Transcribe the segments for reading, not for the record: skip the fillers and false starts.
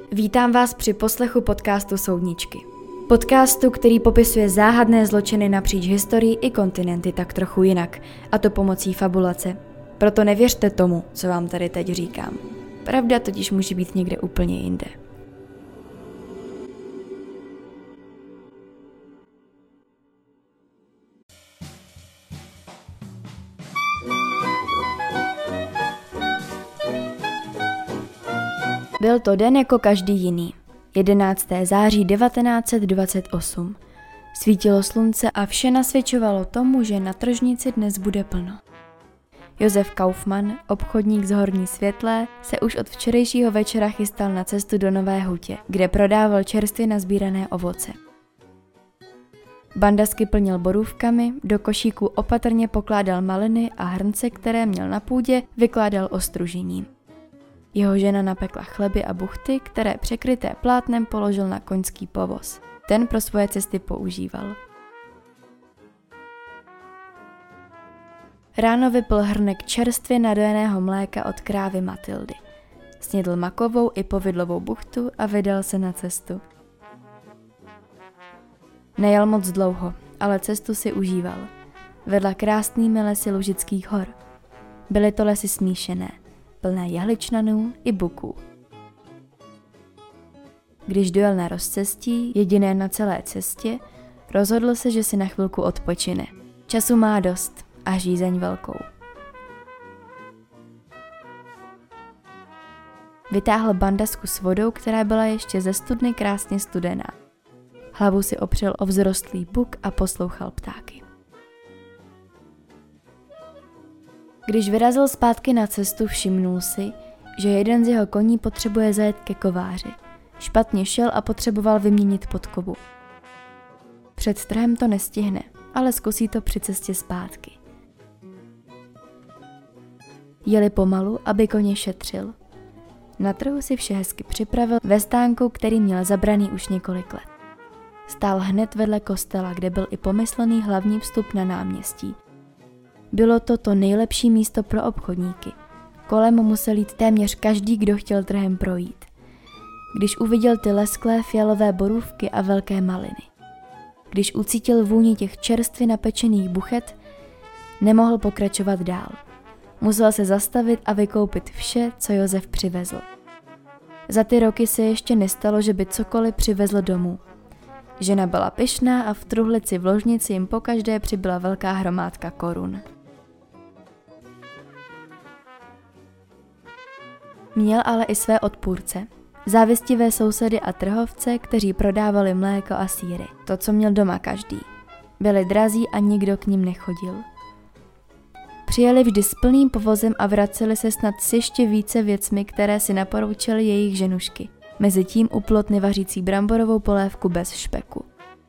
Vítám vás při poslechu podcastu Soudničky. Podcastu, který popisuje záhadné zločiny napříč historií i kontinenty tak trochu jinak, a to pomocí fabulace. Proto nevěřte tomu, co vám tady teď říkám. Pravda totiž může být někde úplně jinde. Byl to den jako každý jiný. 11. září 1928. Svítilo slunce a vše nasvědčovalo tomu, že na tržnici dnes bude plno. Josef Kaufmann, obchodník z Horní Světlé, se už od včerejšího večera chystal na cestu do Nové Hutě, kde prodával čerstvě nazbírané ovoce. Bandasky plnil borůvkami, do košíků opatrně pokládal maliny a hrnce, které měl na půdě, vykládal ostružením. Jeho žena napekla chleby a buchty, které překryté plátnem položil na koňský povoz. Ten pro svoje cesty používal. Ráno vypil hrnek čerstvě nadojeného mléka od krávy Matildy. Snědl makovou i povidlovou buchtu a vydal se na cestu. Nejel moc dlouho, ale cestu si užíval. Vedla krásnými lesy Lužických hor. Byly to lesy smíšené, plné jehličnanů i buků. Když dojel na rozcestí, jediné na celé cestě, rozhodl se, že si na chvilku odpočine. Času má dost a žízeň velkou. Vytáhl bandasku s vodou, která byla ještě ze studny krásně studená. Hlavu si opřel o vzrostlý buk a poslouchal ptáky. Když vyrazil zpátky na cestu, všimnul si, že jeden z jeho koní potřebuje zajet ke kováři. Špatně šel a potřeboval vyměnit podkovu. Před trhem to nestihne, ale zkusí to při cestě zpátky. Jeli pomalu, aby koně šetřil. Na trhu si vše hezky připravil ve stánku, který měl zabraný už několik let. Stál hned vedle kostela, kde byl i pomyslný hlavní vstup na náměstí. Bylo to nejlepší místo pro obchodníky. Kolem musel jít téměř každý, kdo chtěl trhem projít. Když uviděl ty lesklé fialové borůvky a velké maliny. Když ucítil vůni těch čerstvě napečených buchet, nemohl pokračovat dál. Musel se zastavit a vykoupit vše, co Josef přivezl. Za ty roky se ještě nestalo, že by cokoliv přivezl domů. Žena byla pyšná a v truhlici v ložnici jim pokaždé přibyla velká hromádka korun. Měl ale i své odpůrce, závistivé sousedy a trhovce, kteří prodávali mléko a sýry, to, co měl doma každý. Byli drazí a nikdo k nim nechodil. Přijeli vždy s plným povozem a vraceli se snad s ještě více věcmi, které si naporoučely jejich ženušky. Mezitím uplotny vařící bramborovou polévku bez špeku.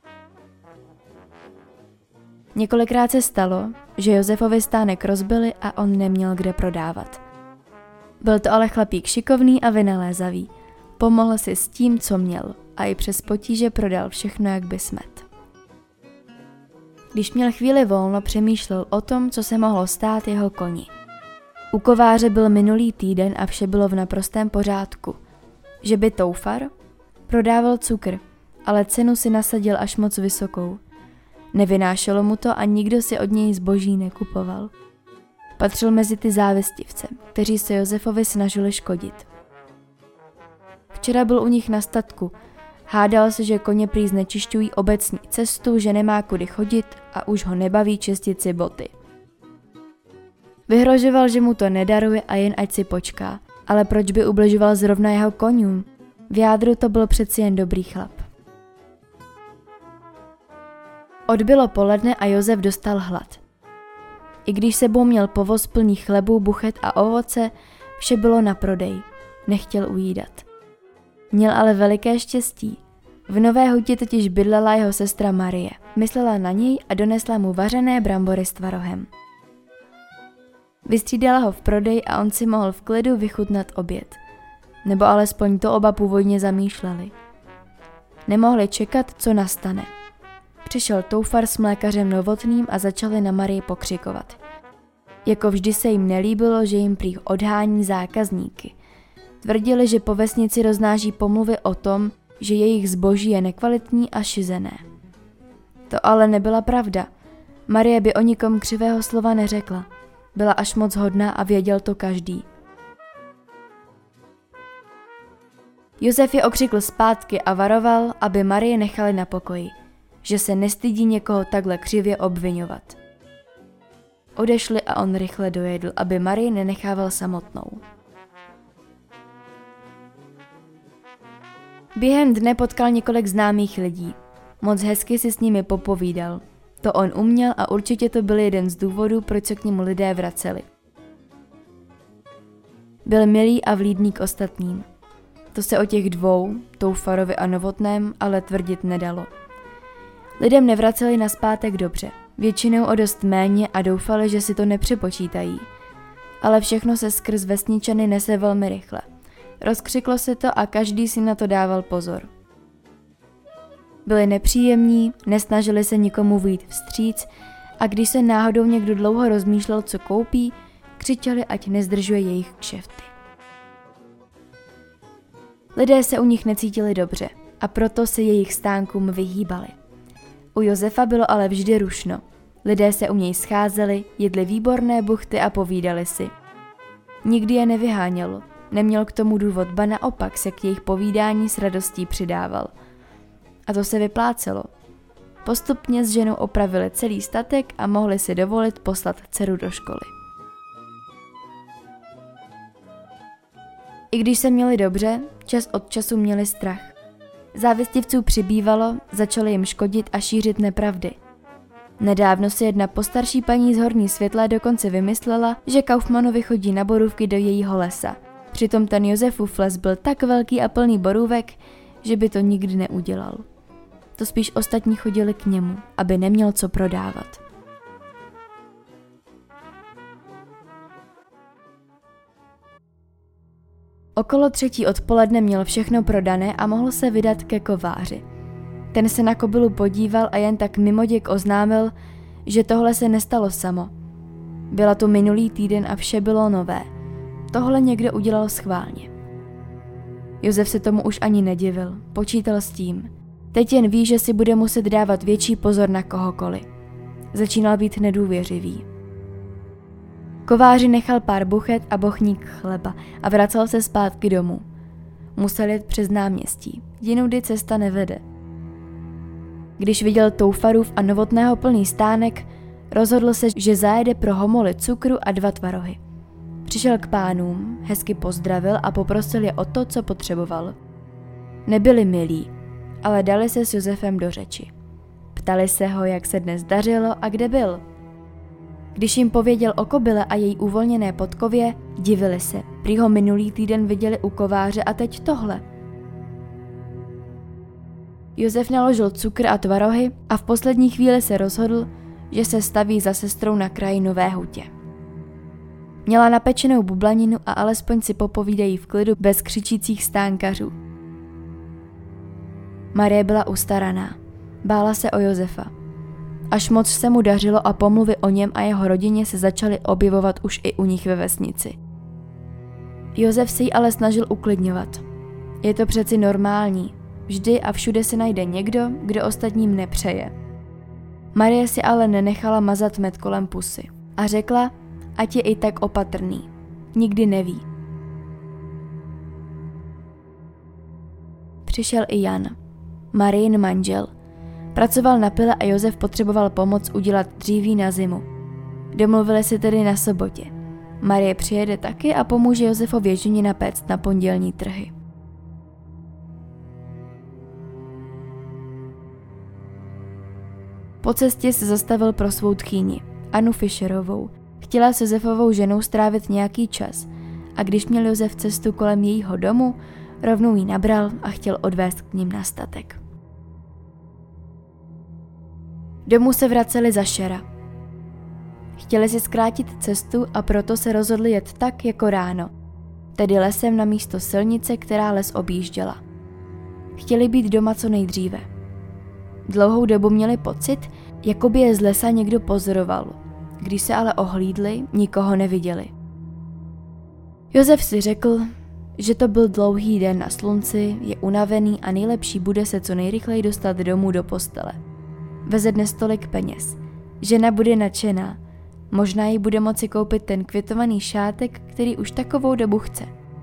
Několikrát se stalo, že Josefovi stánek rozbili a on neměl kde prodávat. Byl to ale chlapík šikovný a vynalézavý. Pomohl si s tím, co měl, a i přes potíže prodal všechno, jak by smet. Když měl chvíli volno, přemýšlel o tom, co se mohlo stát jeho koni. U kováře byl minulý týden a vše bylo v naprostém pořádku. Že by toufar? Prodával cukr, ale cenu si nasadil až moc vysokou. Nevynášelo mu to a nikdo si od něj zboží nekupoval. Patřil mezi ty závistivce, kteří se Josefovi snažili škodit. Včera byl u nich na statku. Hádal se, že koně prý znečišťují obecní cestu, že nemá kudy chodit a už ho nebaví čistit si boty. Vyhrožoval, že mu to nedaruje a jen ať si počká. Ale proč by ubližoval zrovna jeho koňům? V jádru to byl přeci jen dobrý chlap. Odbylo poledne a Josef dostal hlad. I když sebou měl povoz plný chlebů, buchet a ovoce, vše bylo na prodej. Nechtěl ujídat. Měl ale veliké štěstí. V Nové Huti totiž bydlela jeho sestra Marie. Myslela na něj a donesla mu vařené brambory s tvarohem. Vystřídala ho v prodeji a on si mohl v klidu vychutnat oběd. Nebo alespoň to oba původně zamýšleli. Nemohli čekat, co nastane. Přišel toufar s mlékařem Novotným a začali na Marii pokřikovat. Jako vždy se jim nelíbilo, že jim prý odhání zákazníky. Tvrdili, že po vesnici roznáší pomluvy o tom, že jejich zboží je nekvalitní a šizené. To ale nebyla pravda. Marie by o nikom křivého slova neřekla. Byla až moc hodná a věděl to každý. Josef je okřikl zpátky a varoval, aby Marie nechali na pokoji, že se nestydí někoho takhle křivě obviňovat. Odešli a on rychle dojedl, aby Marie nenechával samotnou. Během dne potkal několik známých lidí. Moc hezky si s nimi popovídal. To on uměl a určitě to byl jeden z důvodů, proč se k němu lidé vraceli. Byl milý a vlídný k ostatním. To se o těch dvou, Toufarovi a Novotném, ale tvrdit nedalo. Lidem nevraceli nazpátek dobře, většinou o dost méně a doufali, že si to nepřepočítají. Ale všechno se skrz vesničany nese velmi rychle. Rozkřiklo se to a každý si na to dával pozor. Byli nepříjemní, nesnažili se nikomu vyjít vstříc a když se náhodou někdo dlouho rozmýšlel, co koupí, křičeli, ať nezdržuje jejich kšefty. Lidé se u nich necítili dobře a proto se jejich stánkům vyhýbali. U Josefa bylo ale vždy rušno. Lidé se u něj scházeli, jedli výborné buchty a povídali si. Nikdy je nevyháněl, neměl k tomu důvod, ba naopak se k jejich povídání s radostí přidával. A to se vyplácelo. Postupně s ženou opravili celý statek a mohli si dovolit poslat dceru do školy. I když se měli dobře, čas od času měli strach. Závistivců přibývalo, začali jim škodit a šířit nepravdy. Nedávno si jedna postarší paní z Horní Světlé dokonce vymyslela, že Kaufmanovi chodí na borůvky do jejího lesa. Přitom ten Josefův les byl tak velký a plný borůvek, že by to nikdy neudělal. To spíš ostatní chodili k němu, aby neměl co prodávat. Okolo 3. odpoledne měl všechno prodané a mohl se vydat ke kováři. Ten se na kobylu podíval a jen tak mimoděk oznámil, že tohle se nestalo samo. Byla to minulý týden a vše bylo nové. Tohle někdo udělal schválně. Josef se tomu už ani nedivil, počítal s tím. Teď jen ví, že si bude muset dávat větší pozor na kohokoliv. Začínal být nedůvěřivý. Kováři nechal pár buchet a bochník chleba a vracel se zpátky domů. Musel jet přes náměstí, jinudy cesta nevede. Když viděl Toufarův a Novotného plný stánek, rozhodl se, že zajede pro homoly cukru a 2 tvarohy. Přišel k pánům, hezky pozdravil a poprosil je o to, co potřeboval. Nebyli milí, ale dali se s Josefem do řeči. Ptali se ho, jak se dnes dařilo a kde byl. Když jim pověděl o kobyle a její uvolněné podkově, divili se. Prý ho minulý týden viděli u kováře a teď tohle. Josef naložil cukr a tvarohy a v poslední chvíli se rozhodl, že se staví za sestrou na kraji Nové hutě. Měla napečenou bublaninu a alespoň si popovídají v klidu bez křičících stánkařů. Marie byla ustaraná. Bála se o Josefa. Až moc se mu dařilo a pomluvy o něm a jeho rodině se začaly objevovat už i u nich ve vesnici. Josef se jí ale snažil uklidňovat. Je to přeci normální. Vždy a všude se najde někdo, kdo ostatním nepřeje. Marie si ale nenechala mazat med kolem pusy a řekla, ať je i tak opatrný. Nikdy neví. Přišel i Jan, Marijin manžel. Pracoval na pile a Josef potřeboval pomoc udělat dříví na zimu. Domluvili se tedy na sobotě. Marie přijede taky a pomůže Josefovi ženě napéct na pondělní trhy. Po cestě se zastavil pro svou tchýni, Annu Fischerovou. Chtěla s Josefovou ženou strávit nějaký čas a když měl Josef cestu kolem jejího domu, rovnou ji nabral a chtěl odvést k ním na statek. Domů se vraceli za šera. Chtěli si zkrátit cestu a proto se rozhodli jet tak jako ráno, tedy lesem na místo silnice, která les objížděla. Chtěli být doma co nejdříve. Dlouhou dobu měli pocit, jako by je z lesa někdo pozoroval. Když se ale ohlídli, nikoho neviděli. Josef si řekl, že to byl dlouhý den na slunci, je unavený a nejlepší bude se co nejrychleji dostat domů do postele. Veze dnes tolik peněz. Žena bude nadšená. Možná jí bude moci koupit ten květovaný šátek, který už takovou dobu chce.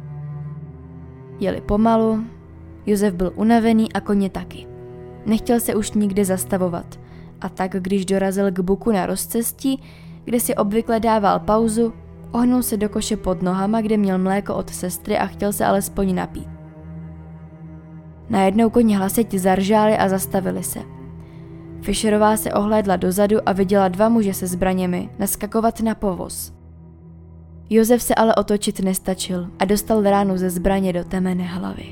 Jeli pomalu, Josef byl unavený a koně taky. Nechtěl se už nikde zastavovat a tak, když dorazil k buku na rozcestí, kde si obvykle dával pauzu, ohnul se do koše pod nohama, kde měl mléko od sestry a chtěl se alespoň napít. Najednou koně hlasitě zaržáli a zastavili se. Fischerová se ohlédla dozadu a viděla 2 muže se zbraněmi naskakovat na povoz. Josef se ale otočit nestačil a dostal ránu ze zbraně do temené hlavy.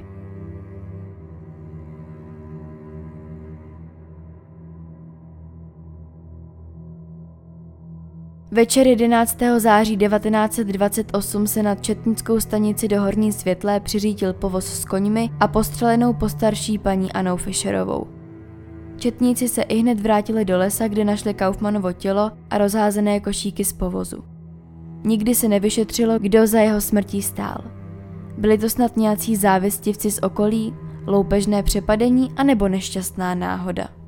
Večer 11. září 1928 se nad četnickou stanici do Horní Světlé přiřítil povoz s koňmi a postřelenou postarší paní Annou Fischerovou. Četníci se ihned vrátili do lesa, kde našli Kaufmannovo tělo a rozházené košíky z povozu. Nikdy se nevyšetřilo, kdo za jeho smrtí stál. Byli to snad nějací závistivci z okolí, loupežné přepadení anebo nešťastná náhoda.